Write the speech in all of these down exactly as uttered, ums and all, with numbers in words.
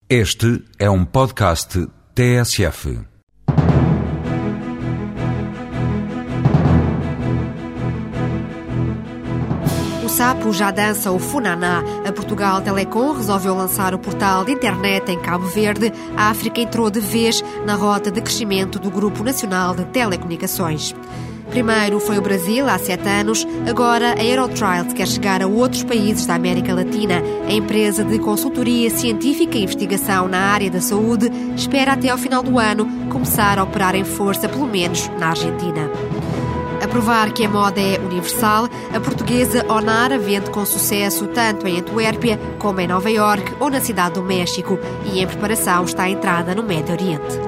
Este é um podcast T S F. O Sapo já dança o Funaná. A Portugal Telecom resolveu lançar o portal de internet em Cabo Verde. A África entrou de vez na rota de crescimento do Grupo Nacional de Telecomunicações. Primeiro foi o Brasil, há sete anos. Agora a Eurotrials quer chegar a outros países da América Latina. A empresa de consultoria científica e investigação na área da saúde espera até ao final do ano começar a operar em força, pelo menos na Argentina. A provar que a moda é universal, a portuguesa Onara vende com sucesso tanto em Antuérpia como em Nova Iorque ou na Cidade do México, e em preparação está a entrada no Médio Oriente.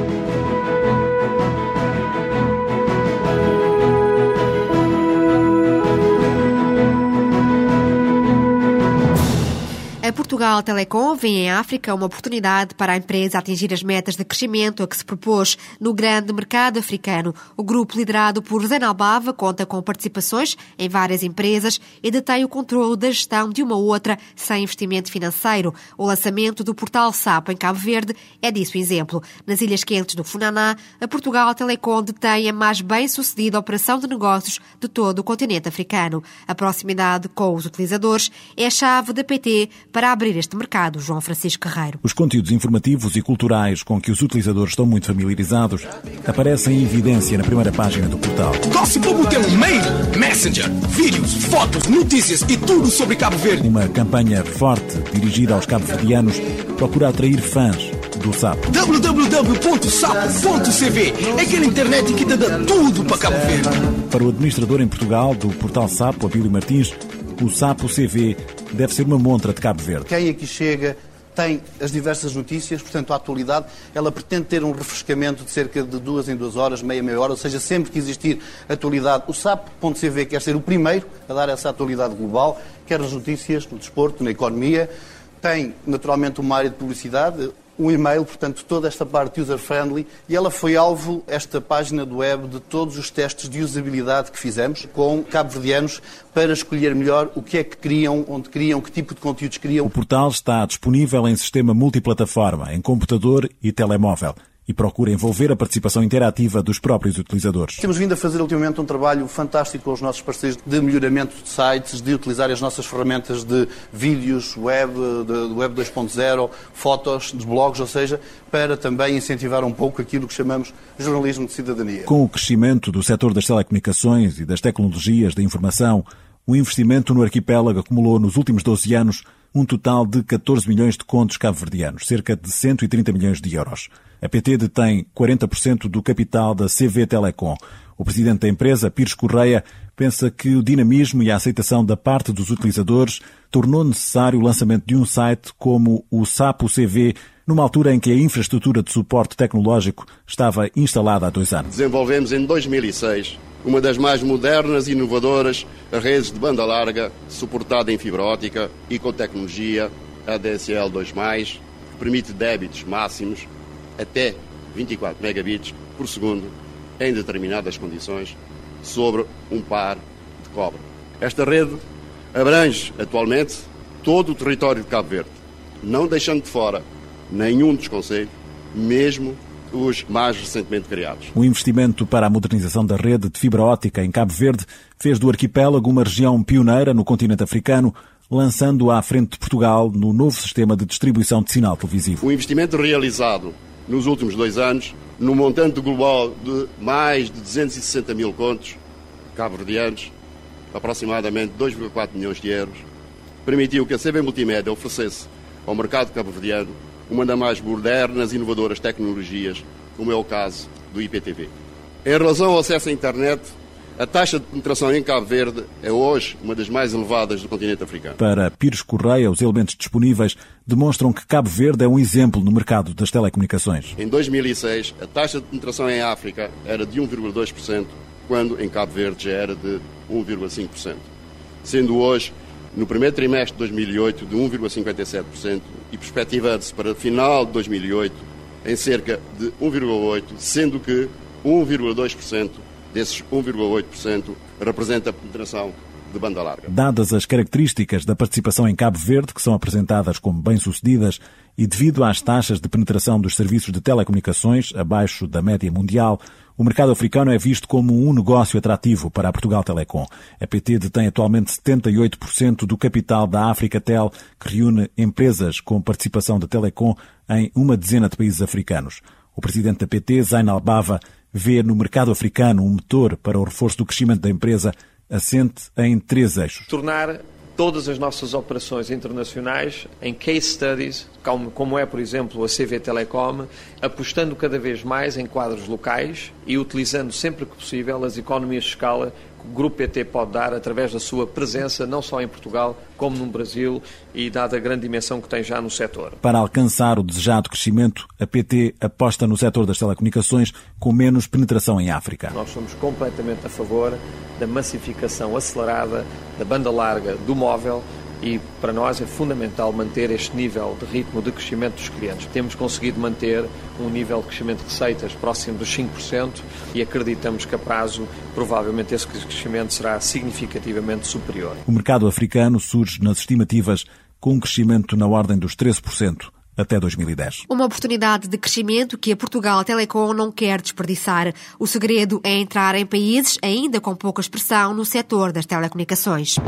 A Portugal Telecom vê em África uma oportunidade para a empresa atingir as metas de crescimento a que se propôs no grande mercado africano. O grupo, liderado por Zainal Bava, conta com participações em várias empresas e detém o controle da gestão de uma outra sem investimento financeiro. O lançamento do portal Sapo em Cabo Verde é disso exemplo. Nas Ilhas Quentes do Funaná, a Portugal Telecom detém a mais bem-sucedida operação de negócios de todo o continente africano. A proximidade com os utilizadores é a chave da P T para abrir este mercado. João Francisco Carreiro. Os conteúdos informativos e culturais com que os utilizadores estão muito familiarizados aparecem em evidência na primeira página do portal. Gossip tem um mail, messenger, vídeos, fotos, notícias e tudo sobre Cabo Verde. Uma campanha forte dirigida aos cabo-verdianos procura atrair fãs do Sapo. w w w ponto sapo ponto c v é aquela internet que te dá tudo para Cabo Verde. Para o administrador em Portugal do portal Sapo, Abílio Martins, o Sapo C V deve ser uma montra de Cabo Verde. Quem aqui chega tem as diversas notícias, portanto a atualidade, ela pretende ter um refrescamento de cerca de duas em duas horas, meia, meia hora, ou seja, sempre que existir atualidade, o Sapo ponto c v quer ser o primeiro a dar essa atualidade global, quer nas notícias, no desporto, na economia. Tem naturalmente uma área de publicidade, um e-mail, portanto, toda esta parte user-friendly, e ela foi alvo, esta página do web, de todos os testes de usabilidade que fizemos com cabo-verdianos para escolher melhor o que é que queriam, onde queriam, que tipo de conteúdos queriam. O portal está disponível em sistema multiplataforma, em computador e telemóvel, e procura envolver a participação interativa dos próprios utilizadores. Temos vindo a fazer ultimamente um trabalho fantástico com os nossos parceiros de melhoramento de sites, de utilizar as nossas ferramentas de vídeos, web, de web dois ponto zero, fotos, de blogs, ou seja, para também incentivar um pouco aquilo que chamamos jornalismo de cidadania. Com o crescimento do setor das telecomunicações e das tecnologias da informação, o investimento no arquipélago acumulou nos últimos doze anos um total de catorze milhões de contos cabo-verdianos, cerca de cento e trinta milhões de euros. A P T detém quarenta por cento do capital da C V Telecom. O presidente da empresa, Pires Correia, pensa que o dinamismo e a aceitação da parte dos utilizadores tornou necessário o lançamento de um site como o Sapo C V, numa altura em que a infraestrutura de suporte tecnológico estava instalada há dois anos. Desenvolvemos em dois mil e seis uma das mais modernas e inovadoras redes de banda larga, suportada em fibra óptica e com tecnologia A D S L dois mais, que permite débitos máximos até vinte e quatro megabits por segundo em determinadas condições sobre um par de cobre. Esta rede abrange atualmente todo o território de Cabo Verde, não deixando de fora nenhum dos concelhos, mesmo os mais recentemente criados. O investimento para a modernização da rede de fibra óptica em Cabo Verde fez do arquipélago uma região pioneira no continente africano, lançando-o à frente de Portugal no novo sistema de distribuição de sinal televisivo. O investimento realizado nos últimos dois anos, no montante global de mais de duzentos e sessenta mil contos cabo-verdianos, aproximadamente dois vírgula quatro milhões de euros, permitiu que a C V Multimédia oferecesse ao mercado cabo-verdiano uma das mais modernas e inovadoras tecnologias, como é o caso do I P T V. Em relação ao acesso à internet, a taxa de penetração em Cabo Verde é hoje uma das mais elevadas do continente africano. Para Pires Correia, os elementos disponíveis demonstram que Cabo Verde é um exemplo no mercado das telecomunicações. Em dois mil e seis, a taxa de penetração em África era de um vírgula dois por cento, quando em Cabo Verde já era de um vírgula cinco por cento. Sendo hoje, no primeiro trimestre de dois mil e oito, de um vírgula cinquenta e sete por cento e perspectivando-se para o final de dois mil e oito em cerca de um vírgula oito por cento, sendo que um vírgula dois por cento desses um vírgula oito por cento representa a penetração de banda larga. Dadas as características da participação em Cabo Verde, que são apresentadas como bem-sucedidas, e devido às taxas de penetração dos serviços de telecomunicações abaixo da média mundial, o mercado africano é visto como um negócio atrativo para a Portugal Telecom. A P T detém atualmente setenta e oito por cento do capital da Africatel, que reúne empresas com participação da Telecom em uma dezena de países africanos. O presidente da P T, Zainal Bava, vê no mercado africano um motor para o reforço do crescimento da empresa, assente em três eixos. Tornar todas as nossas operações internacionais em case studies, como, como é, por exemplo, a C V Telecom, apostando cada vez mais em quadros locais e utilizando sempre que possível as economias de escala que o Grupo P T pode dar através da sua presença, não só em Portugal, como no Brasil, e dada a grande dimensão que tem já no setor. Para alcançar o desejado crescimento, a P T aposta no setor das telecomunicações com menos penetração em África. Nós somos completamente a favor da massificação acelerada da banda larga do móvel e para nós é fundamental manter este nível de ritmo de crescimento dos clientes. Temos conseguido manter um nível de crescimento de receitas próximo dos cinco por cento e acreditamos que a prazo provavelmente esse crescimento será significativamente superior. O mercado africano surge nas estimativas com um crescimento na ordem dos treze por cento. Até dois mil e dez. Uma oportunidade de crescimento que a Portugal Telecom não quer desperdiçar. O segredo é entrar em países ainda com pouca expressão no setor das telecomunicações.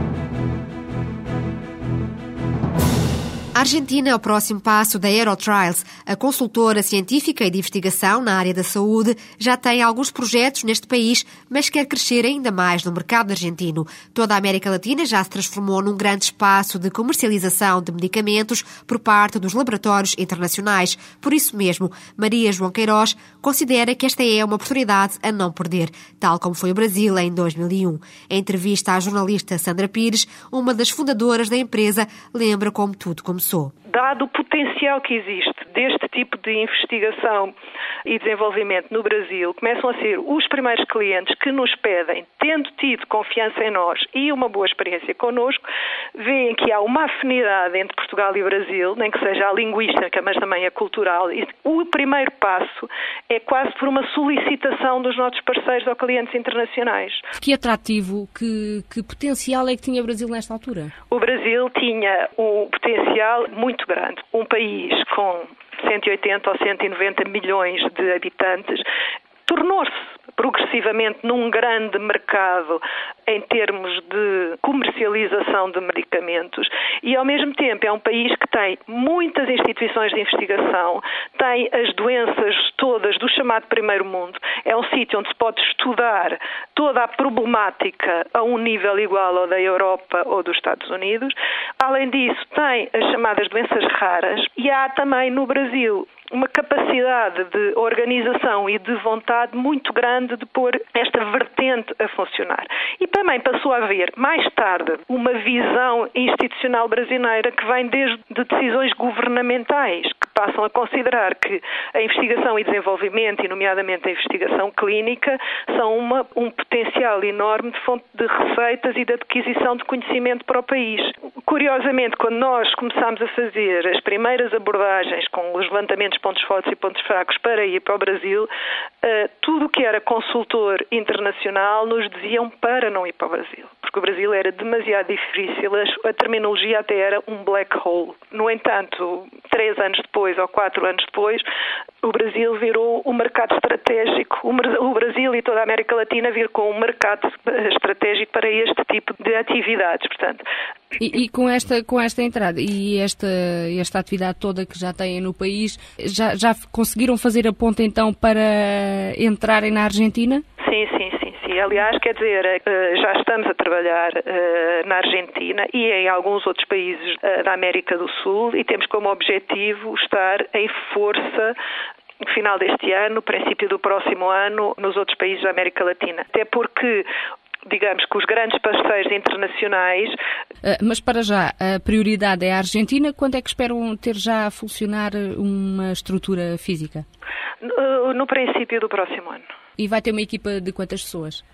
A Argentina é o próximo passo da Aerotrials. A consultora científica e de investigação na área da saúde já tem alguns projetos neste país, mas quer crescer ainda mais no mercado argentino. Toda a América Latina já se transformou num grande espaço de comercialização de medicamentos por parte dos laboratórios internacionais. Por isso mesmo, Maria João Queiroz considera que esta é uma oportunidade a não perder, tal como foi o Brasil em dois mil e um. Em entrevista à jornalista Sandra Pires, uma das fundadoras da empresa, lembra como tudo começou. Dado o potencial que existe deste tipo de investigação e desenvolvimento no Brasil, começam a ser os primeiros clientes que nos pedem, tendo tido confiança em nós e uma boa experiência connosco, veem que há uma afinidade entre Portugal e Brasil, nem que seja a linguística, mas também a cultural. E o primeiro passo é quase por uma solicitação dos nossos parceiros ou clientes internacionais. Que atrativo, que, que potencial é que tinha o Brasil nesta altura? O Brasil tinha um potencial muito grande. Um país com cento e oitenta ou cento e noventa milhões de habitantes tornou-se progressivamente num grande mercado em termos de comercialização de medicamentos e, ao mesmo tempo, é um país que tem muitas instituições de investigação, tem as doenças todas do chamado primeiro mundo, é um sítio onde se pode estudar toda a problemática a um nível igual ao da Europa ou dos Estados Unidos. Além disso, tem as chamadas doenças raras e há também no Brasil uma capacidade de organização e de vontade muito grande de pôr esta vertente a funcionar. E também passou a haver, mais tarde, uma visão institucional brasileira que vem desde de decisões governamentais, que passam a considerar que a investigação e desenvolvimento, e nomeadamente a investigação clínica, são uma, um potencial enorme de fonte de receitas e de adquisição de conhecimento para o país. Curiosamente, quando nós começámos a fazer as primeiras abordagens com os levantamentos pontos fortes e pontos fracos para ir para o Brasil, uh, tudo o que era consultor internacional nos diziam para não ir para o Brasil, porque o Brasil era demasiado difícil, a terminologia até era um black hole. No entanto, três anos depois ou quatro anos depois, o Brasil virou um mercado estratégico, o Brasil e toda a América Latina viram com um mercado estratégico para este tipo de atividades, portanto. E, e com esta com esta entrada e esta esta atividade toda que já têm no país, já, já conseguiram fazer a ponte então para entrarem na Argentina? Sim, sim, sim, sim. Aliás, quer dizer, já estamos a trabalhar na Argentina e em alguns outros países da América do Sul e temos como objetivo estar em força no final deste ano, no princípio do próximo ano, nos outros países da América Latina. Até porque, digamos que os grandes parceiros internacionais... Uh, mas para já, a prioridade é a Argentina. Quando é que esperam ter já a funcionar uma estrutura física? No, no princípio do próximo ano. E vai ter uma equipa de quantas pessoas?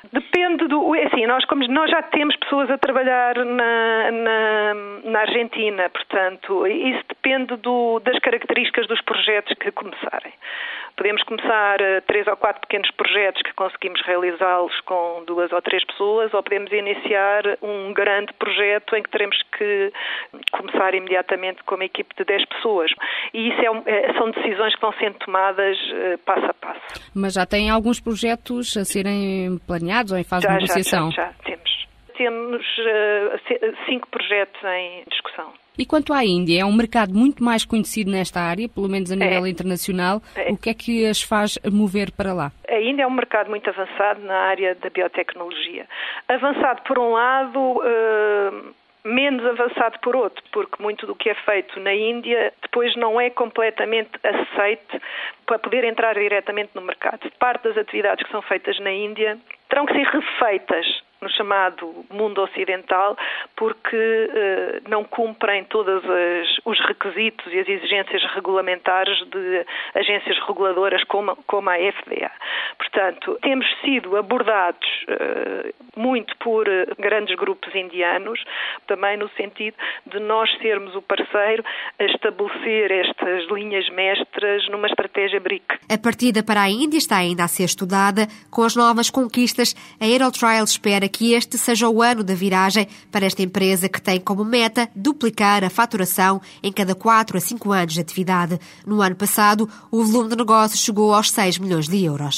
Depende do... É assim, nós, como nós já temos pessoas a trabalhar na, na, na Argentina, portanto, isso depende do, das características dos projetos que começarem. Podemos começar três ou quatro pequenos projetos que conseguimos realizá-los com duas ou três pessoas, ou podemos iniciar um grande projeto em que teremos que começar imediatamente com uma equipe de dez pessoas. E isso é, são decisões que vão sendo tomadas passo a passo. Mas já tem alguns projetos a serem planeados ou em fase já, de negociação? Já, já, já temos. Temos uh, cinco projetos em discussão. E quanto à Índia, é um mercado muito mais conhecido nesta área, pelo menos a nível é. internacional. É. O que é que as faz mover para lá? A Índia é um mercado muito avançado na área da biotecnologia. Avançado por um lado, uh, menos avançado por outro, porque muito do que é feito na Índia depois não é completamente aceito para poder entrar diretamente no mercado. Parte das atividades que são feitas na Índia terão que ser refeitas no chamado mundo ocidental, porque eh, não cumprem todos os requisitos e as exigências regulamentares de agências reguladoras como, como a F D A. Portanto, temos sido abordados eh, muito por grandes grupos indianos, também no sentido de nós sermos o parceiro a estabelecer estas linhas mestras numa estratégia B R I C. A partida para a Índia está ainda a ser estudada. Com as novas conquistas, a Aerotrial espera que este seja o ano da viragem para esta empresa que tem como meta duplicar a faturação em cada quatro a cinco anos de atividade. No ano passado, o volume de negócios chegou aos seis milhões de euros.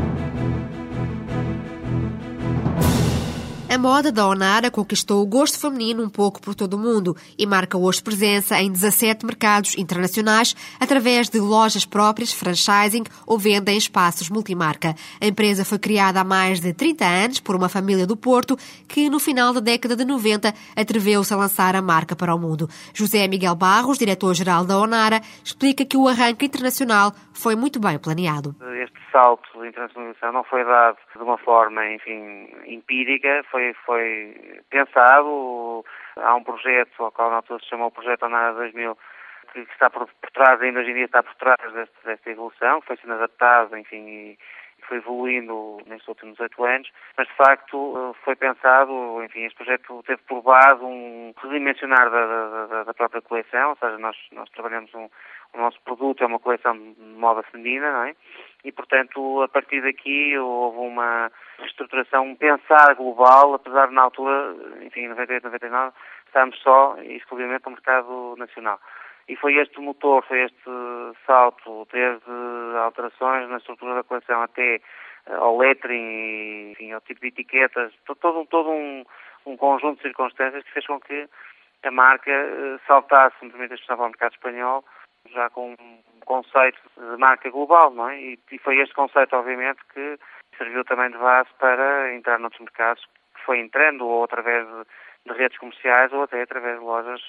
A moda da Onara conquistou o gosto feminino um pouco por todo o mundo e marca hoje presença em dezassete mercados internacionais através de lojas próprias, franchising ou venda em espaços multimarca. A empresa foi criada há mais de trinta anos por uma família do Porto que, no final da década de noventa, atreveu-se a lançar a marca para o mundo. José Miguel Barros, diretor-geral da Onara, explica que o arranque internacional foi muito bem planeado. Este salto de internacionalização não foi dado de uma forma, enfim, empírica, foi, foi pensado. Há um projeto, ao qual na altura se chamou o Projeto Onara dois mil, que está por, por trás, ainda hoje em dia está por trás deste, desta evolução, que foi sendo adaptado, enfim, e foi evoluindo nestes últimos oito anos, mas de facto foi pensado, enfim, este projeto teve por base um redimensionar da, da, da própria coleção, ou seja, nós, nós trabalhamos um, o nosso produto é uma coleção de moda feminina, não é? E, portanto, a partir daqui houve uma reestruturação, um pensar global, apesar de na altura, enfim, em noventa e oito, noventa e nove, estávamos só exclusivamente no mercado nacional. E foi este motor, foi este salto, desde alterações na estrutura da coleção até ao lettering, enfim, ao tipo de etiquetas, todo, todo um, um conjunto de circunstâncias que fez com que a marca saltasse, me permite a expressão, para o mercado espanhol, já com um conceito de marca global, não é? E, e foi este conceito, obviamente, que serviu também de base para entrar noutros mercados, que foi entrando ou através de, de redes comerciais ou até através de lojas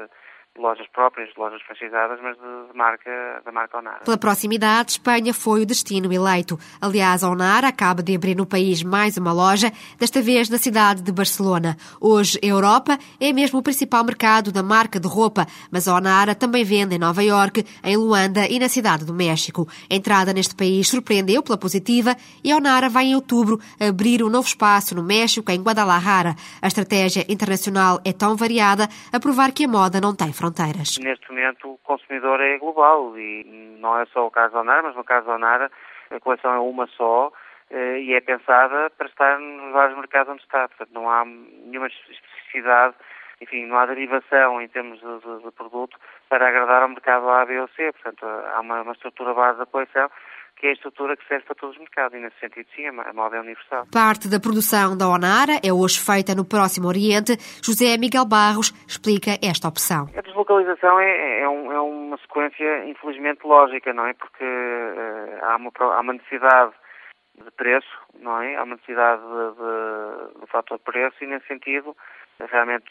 de lojas próprias, de lojas franchisadas, mas de, de marca, da marca Onara. Pela proximidade, Espanha foi o destino eleito. Aliás, a Onara acaba de abrir no país mais uma loja, desta vez na cidade de Barcelona. Hoje, a Europa é mesmo o principal mercado da marca de roupa, mas a Onara também vende em Nova Iorque, em Luanda e na cidade do México. A entrada neste país surpreendeu pela positiva e a Onara vai em outubro abrir um novo espaço no México, em Guadalajara. A estratégia internacional é tão variada a provar que a moda não tem fronteiras. Neste momento o consumidor é global e não é só o caso da Onara, mas no caso da Onara a coleção é uma só e é pensada para estar nos vários mercados onde está. Portanto, não há nenhuma especificidade, enfim, não há derivação em termos de, de, de produto para agradar ao mercado A, B ou C. Portanto, há uma, uma estrutura base da coleção que é a estrutura que serve para todos os mercados e, nesse sentido, sim, a moda é universal. Parte da produção da Onara é hoje feita no Próximo Oriente. José Miguel Barros explica esta opção. A deslocalização é, é, um, é uma sequência, infelizmente, lógica, não é? Porque uh, há, uma, há uma necessidade de preço, não é? Há uma necessidade de, de, de fator preço e, nesse sentido, realmente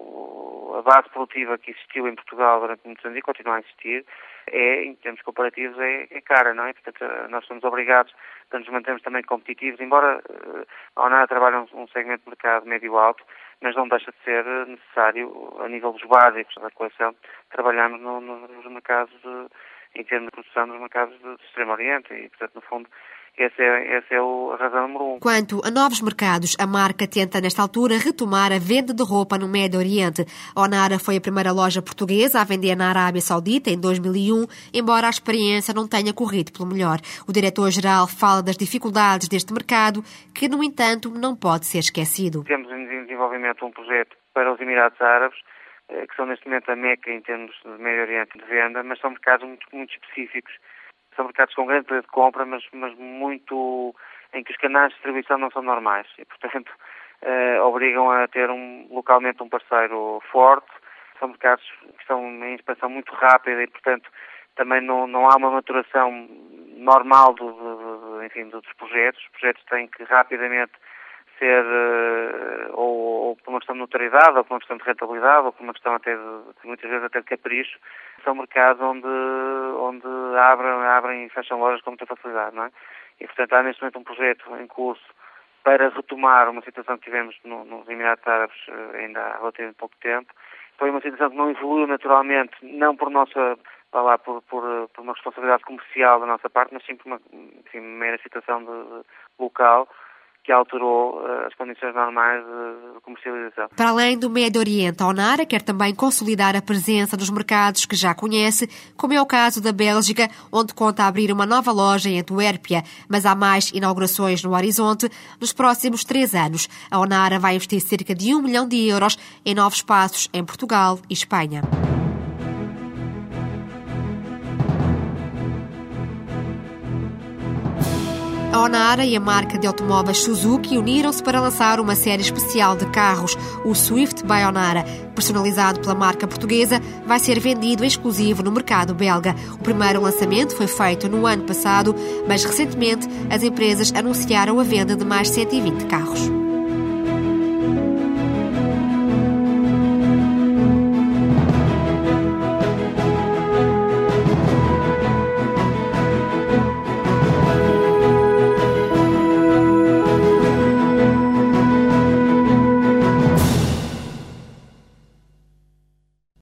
o, a base produtiva que existiu em Portugal durante muitos anos e continua a existir, é, em termos comparativos, é, é cara, não é? Portanto, nós somos obrigados a nos mantermos também competitivos, embora a Onara trabalhe um, um segmento de mercado médio-alto, mas não deixa de ser necessário, a nível dos básicos da coleção, trabalharmos no, no, nos mercados, de, em termos de produção, nos mercados do Extremo Oriente e, portanto, no fundo, Essa é, essa é a razão número um. Quanto a novos mercados, a marca tenta, nesta altura, retomar a venda de roupa no Médio Oriente. A Onara foi a primeira loja portuguesa a vender na Arábia Saudita em dois mil e um, embora a experiência não tenha corrido pelo melhor. O diretor-geral fala das dificuldades deste mercado, que, no entanto, não pode ser esquecido. Temos em desenvolvimento um projeto para os Emirados Árabes, que são neste momento a meca em termos de Médio Oriente de venda, mas são mercados muito, muito específicos. São mercados com grande poder de compra, mas, mas muito em que os canais de distribuição não são normais e, portanto, eh, obrigam a ter um, localmente um parceiro forte. São mercados que estão em expansão muito rápida e, portanto, também não, não há uma maturação normal do, do, do, enfim, dos projetos. Os projetos têm que rapidamente ser, uh, ou, ou por uma questão de notoriedade, ou por uma questão de rentabilidade, ou por uma questão até de, muitas vezes até de capricho, são mercados onde, onde abrem, abrem e fecham lojas com muita facilidade, não é? E, portanto, há neste momento um projeto em curso para retomar uma situação que tivemos no, nos Emirados Árabes ainda há relativamente pouco tempo. Foi uma situação que não evoluiu naturalmente, não por nossa, lá, por, por, por uma responsabilidade comercial da nossa parte, mas sim por uma, enfim, mera situação de, de local, que alterou uh, as condições normais de, de comercialização. Para além do Médio Oriente, a Onara quer também consolidar a presença nos mercados que já conhece, como é o caso da Bélgica, onde conta abrir uma nova loja em Antuérpia, mas há mais inaugurações no horizonte nos próximos três anos. A Onara vai investir cerca de um milhão de euros em novos espaços em Portugal e Espanha. A Onara e a marca de automóveis Suzuki uniram-se para lançar uma série especial de carros, o Swift by Onara. Personalizado pela marca portuguesa, vai ser vendido exclusivo no mercado belga. O primeiro lançamento foi feito no ano passado, mas recentemente as empresas anunciaram a venda de mais cento e vinte carros.